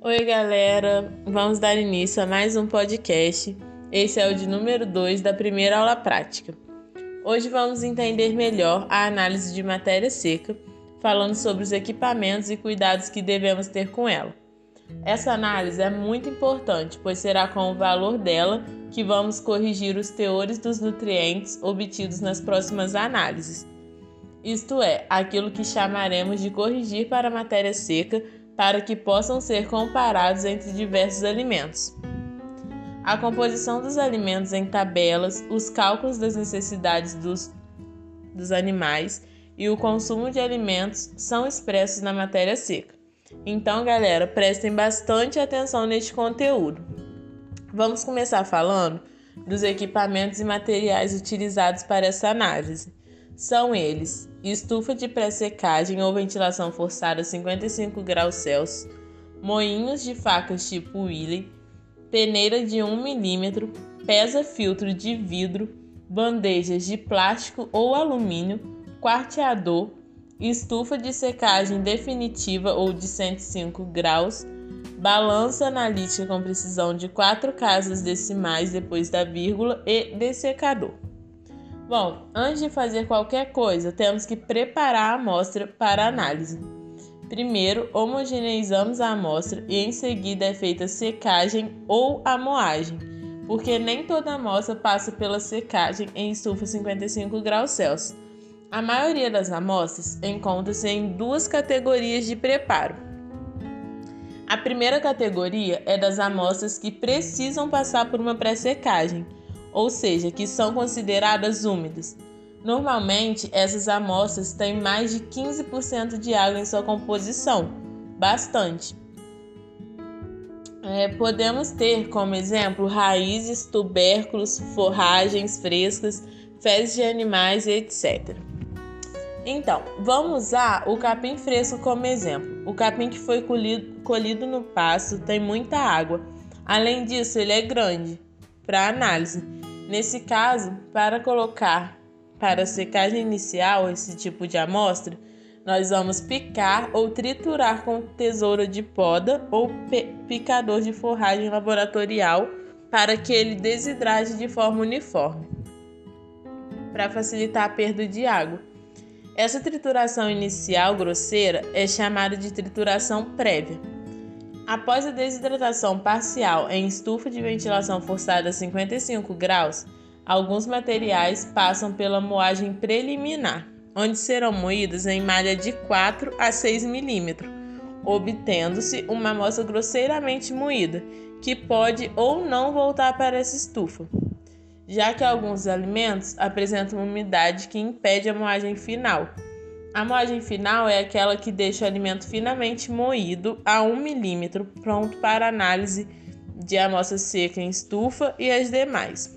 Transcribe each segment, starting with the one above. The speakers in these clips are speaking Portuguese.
Oi, galera! Vamos dar início a mais um podcast. Esse é o de número 2 da primeira aula prática. Hoje vamos entender melhor a análise de matéria seca, falando sobre os equipamentos e cuidados que devemos ter com ela. Essa análise é muito importante, pois será com o valor dela que vamos corrigir os teores dos nutrientes obtidos nas próximas análises. Isto é, aquilo que chamaremos de corrigir para a matéria seca, para que possam ser comparados entre diversos alimentos. A composição dos alimentos em tabelas, os cálculos das necessidades dos animais e o consumo de alimentos são expressos na matéria seca. Então, galera, prestem bastante atenção neste conteúdo. Vamos começar falando dos equipamentos e materiais utilizados para essa análise. São eles: estufa de pré-secagem ou ventilação forçada a 55 graus Celsius, moinhos de facas tipo Wiley, peneira de 1 mm, pesa-filtro de vidro, bandejas de plástico ou alumínio, quarteador, estufa de secagem definitiva ou de 105 graus, balança analítica com precisão de 4 casas decimais depois da vírgula e dessecador. Bom, antes de fazer qualquer coisa, temos que preparar a amostra para análise. Primeiro, homogeneizamos a amostra e em seguida é feita a secagem ou a moagem, porque nem toda amostra passa pela secagem em estufa 55 graus Celsius. A maioria das amostras encontra-se em duas categorias de preparo. A primeira categoria é das amostras que precisam passar por uma pré-secagem, ou seja, que são consideradas úmidas. Normalmente, essas amostras têm mais de 15% de água em sua composição, bastante. Podemos ter como exemplo raízes, tubérculos, forragens frescas, fezes de animais, etc. Então, vamos usar o capim fresco como exemplo. O capim que foi colhido no pasto tem muita água. Além disso, ele é grande para análise. Nesse caso, para colocar para a secagem inicial esse tipo de amostra, nós vamos picar ou triturar com tesoura de poda ou picador de forragem laboratorial para que ele desidrate de forma uniforme, para facilitar a perda de água. Essa trituração inicial grosseira é chamada de trituração prévia. Após a desidratação parcial em estufa de ventilação forçada a 55 graus, alguns materiais passam pela moagem preliminar, onde serão moídos em malha de 4 a 6 mm, obtendo-se uma amostra grosseiramente moída, que pode ou não voltar para essa estufa, já que alguns alimentos apresentam uma umidade que impede a moagem final. A moagem final é aquela que deixa o alimento finamente moído a 1 mm, pronto para análise de amostra seca em estufa e as demais.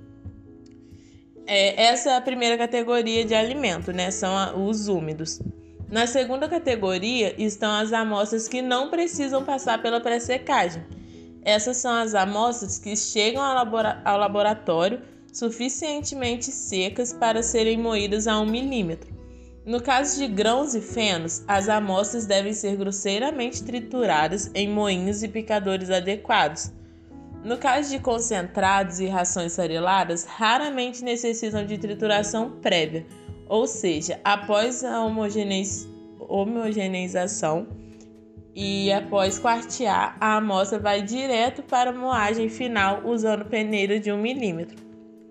Essa é a primeira categoria de alimento, são os úmidos. Na segunda categoria estão as amostras que não precisam passar pela pré-secagem. Essas são as amostras que chegam ao laboratório suficientemente secas para serem moídas a 1 mm. No caso de grãos e fenos, as amostras devem ser grosseiramente trituradas em moinhos e picadores adequados. No caso de concentrados e rações fareladas, raramente necessitam de trituração prévia, ou seja, após a homogeneização e após quartear, a amostra vai direto para a moagem final usando peneira de 1 mm.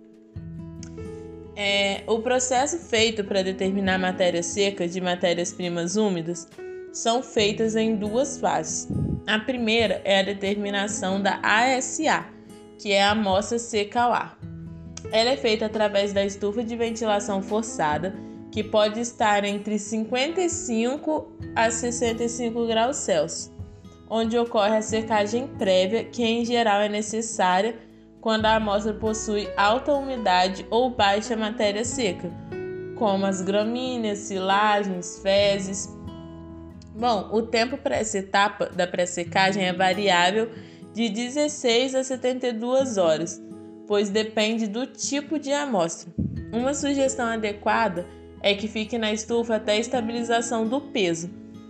O processo feito para determinar matéria seca de matérias-primas úmidas são feitas em duas fases. A primeira é a determinação da ASA, que é a amostra seca ao ar. Ela é feita através da estufa de ventilação forçada, que pode estar entre 55 a 65 graus Celsius, onde ocorre a secagem prévia, que em geral é necessária quando a amostra possui alta umidade ou baixa matéria seca, como as gramíneas, silagens, fezes. Bom, o tempo para essa etapa da pré-secagem é variável de 16 a 72 horas, pois depende do tipo de amostra. Uma sugestão adequada é que fique na estufa até a estabilização do peso.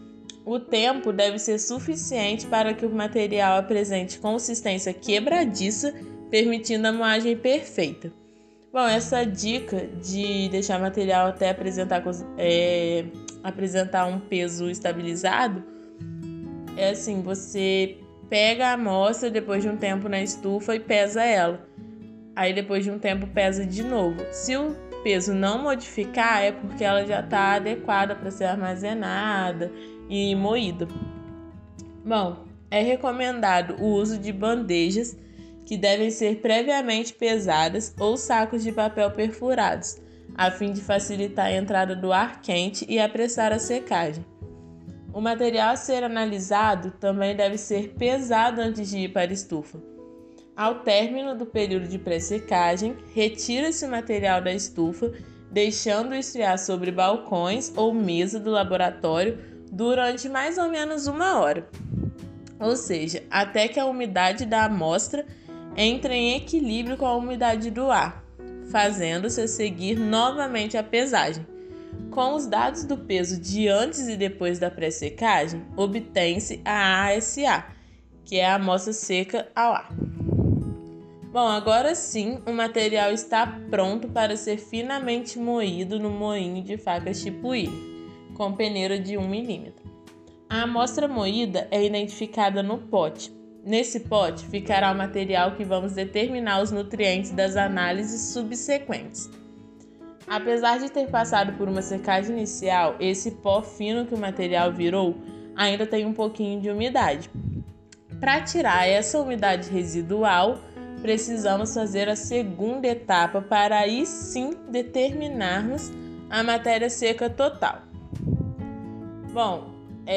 O tempo deve ser suficiente para que o material apresente consistência quebradiça, permitindo a moagem perfeita. Bom, essa dica de deixar o material até apresentar um peso estabilizado é assim: você pega a amostra depois de um tempo na estufa e pesa ela. Aí depois de um tempo pesa de novo. Se o peso não modificar, é porque ela já está adequada para ser armazenada e moída. Bom, é recomendado o uso de bandejas que devem ser previamente pesadas ou sacos de papel perfurados, a fim de facilitar a entrada do ar quente e apressar a secagem. O material a ser analisado também deve ser pesado antes de ir para a estufa. Ao término do período de pré-secagem, retira-se o material da estufa, deixando-o esfriar sobre balcões ou mesa do laboratório durante mais ou menos 1 hora, ou seja, até que a umidade da amostra entre em equilíbrio com a umidade do ar, fazendo-se a seguir novamente a pesagem. Com os dados do peso de antes e depois da pré-secagem, obtém-se a ASA, que é a amostra seca ao ar. Bom, agora sim, o material está pronto para ser finamente moído no moinho de facas tipo Willi, com peneira de 1 mm. A amostra moída é identificada no pote. Nesse pote ficará o material que vamos determinar os nutrientes das análises subsequentes. Apesar de ter passado por uma secagem inicial, esse pó fino que o material virou ainda tem um pouquinho de umidade. Para tirar essa umidade residual, precisamos fazer a segunda etapa para aí sim determinarmos a matéria seca total. Bom,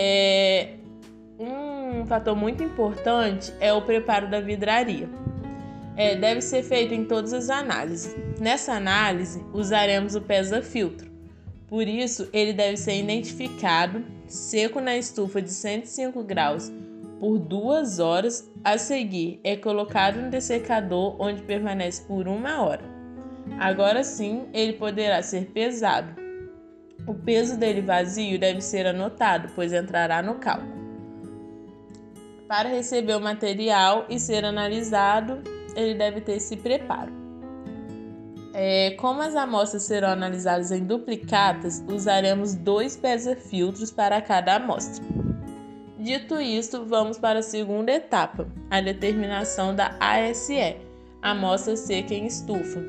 um fator muito importante é o preparo da vidraria. Deve ser feito em todas as análises. Nessa análise, usaremos o pesa-filtro. Por isso, ele deve ser identificado seco na estufa de 105 graus por 2 horas. A seguir, é colocado no dessecador, onde permanece por 1 hora. Agora sim, ele poderá ser pesado. O peso dele vazio deve ser anotado, pois entrará no cálculo. Para receber o material e ser analisado, ele deve ter esse preparo. Como as amostras serão analisadas em duplicatas, usaremos 2 pesa-filtros para cada amostra. Dito isto, vamos para a segunda etapa, a determinação da ASE, amostra seca em estufa.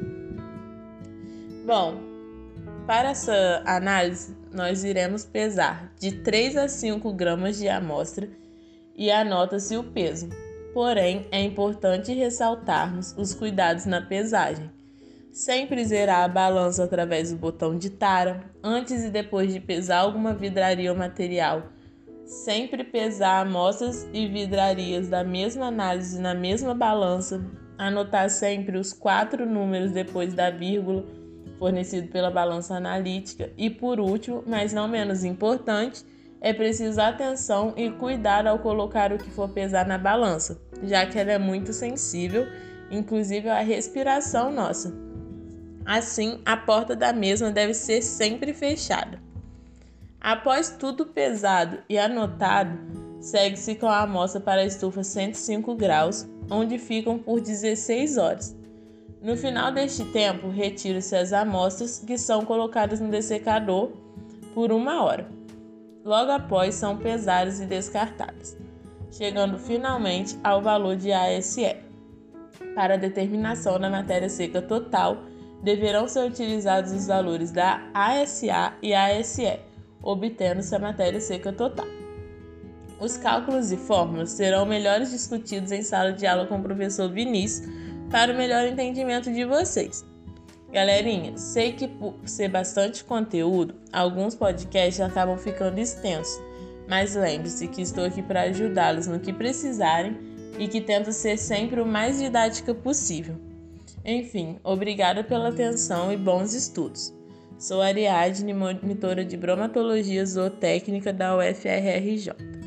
Bom, para essa análise, nós iremos pesar de 3 a 5 gramas de amostra e anota-se o peso. Porém, é importante ressaltarmos os cuidados na pesagem. Sempre zerar a balança através do botão de tara, antes e depois de pesar alguma vidraria ou material. Sempre pesar amostras e vidrarias da mesma análise na mesma balança. Anotar sempre os 4 números depois da vírgula, fornecido pela balança analítica. E por último, mas não menos importante, é preciso atenção e cuidado ao colocar o que for pesar na balança, já que ela é muito sensível, inclusive à respiração nossa. Assim, a porta da mesma deve ser sempre fechada. Após tudo pesado e anotado, segue-se com a amostra para a estufa 105 graus, onde ficam por 16 horas. No final deste tempo, retira-se as amostras que são colocadas no dessecador por 1 hora. Logo após, são pesadas e descartadas, chegando finalmente ao valor de ASE. Para a determinação da matéria seca total, deverão ser utilizados os valores da ASA e ASE, obtendo-se a matéria seca total. Os cálculos e fórmulas serão melhores discutidos em sala de aula com o professor Vinícius para o melhor entendimento de vocês. Galerinha, sei que por ser bastante conteúdo, alguns podcasts acabam ficando extensos, mas lembre-se que estou aqui para ajudá-los no que precisarem e que tento ser sempre o mais didática possível. Enfim, obrigada pela atenção e bons estudos. Sou Ariadne, monitora de bromatologia zootécnica da UFRJ.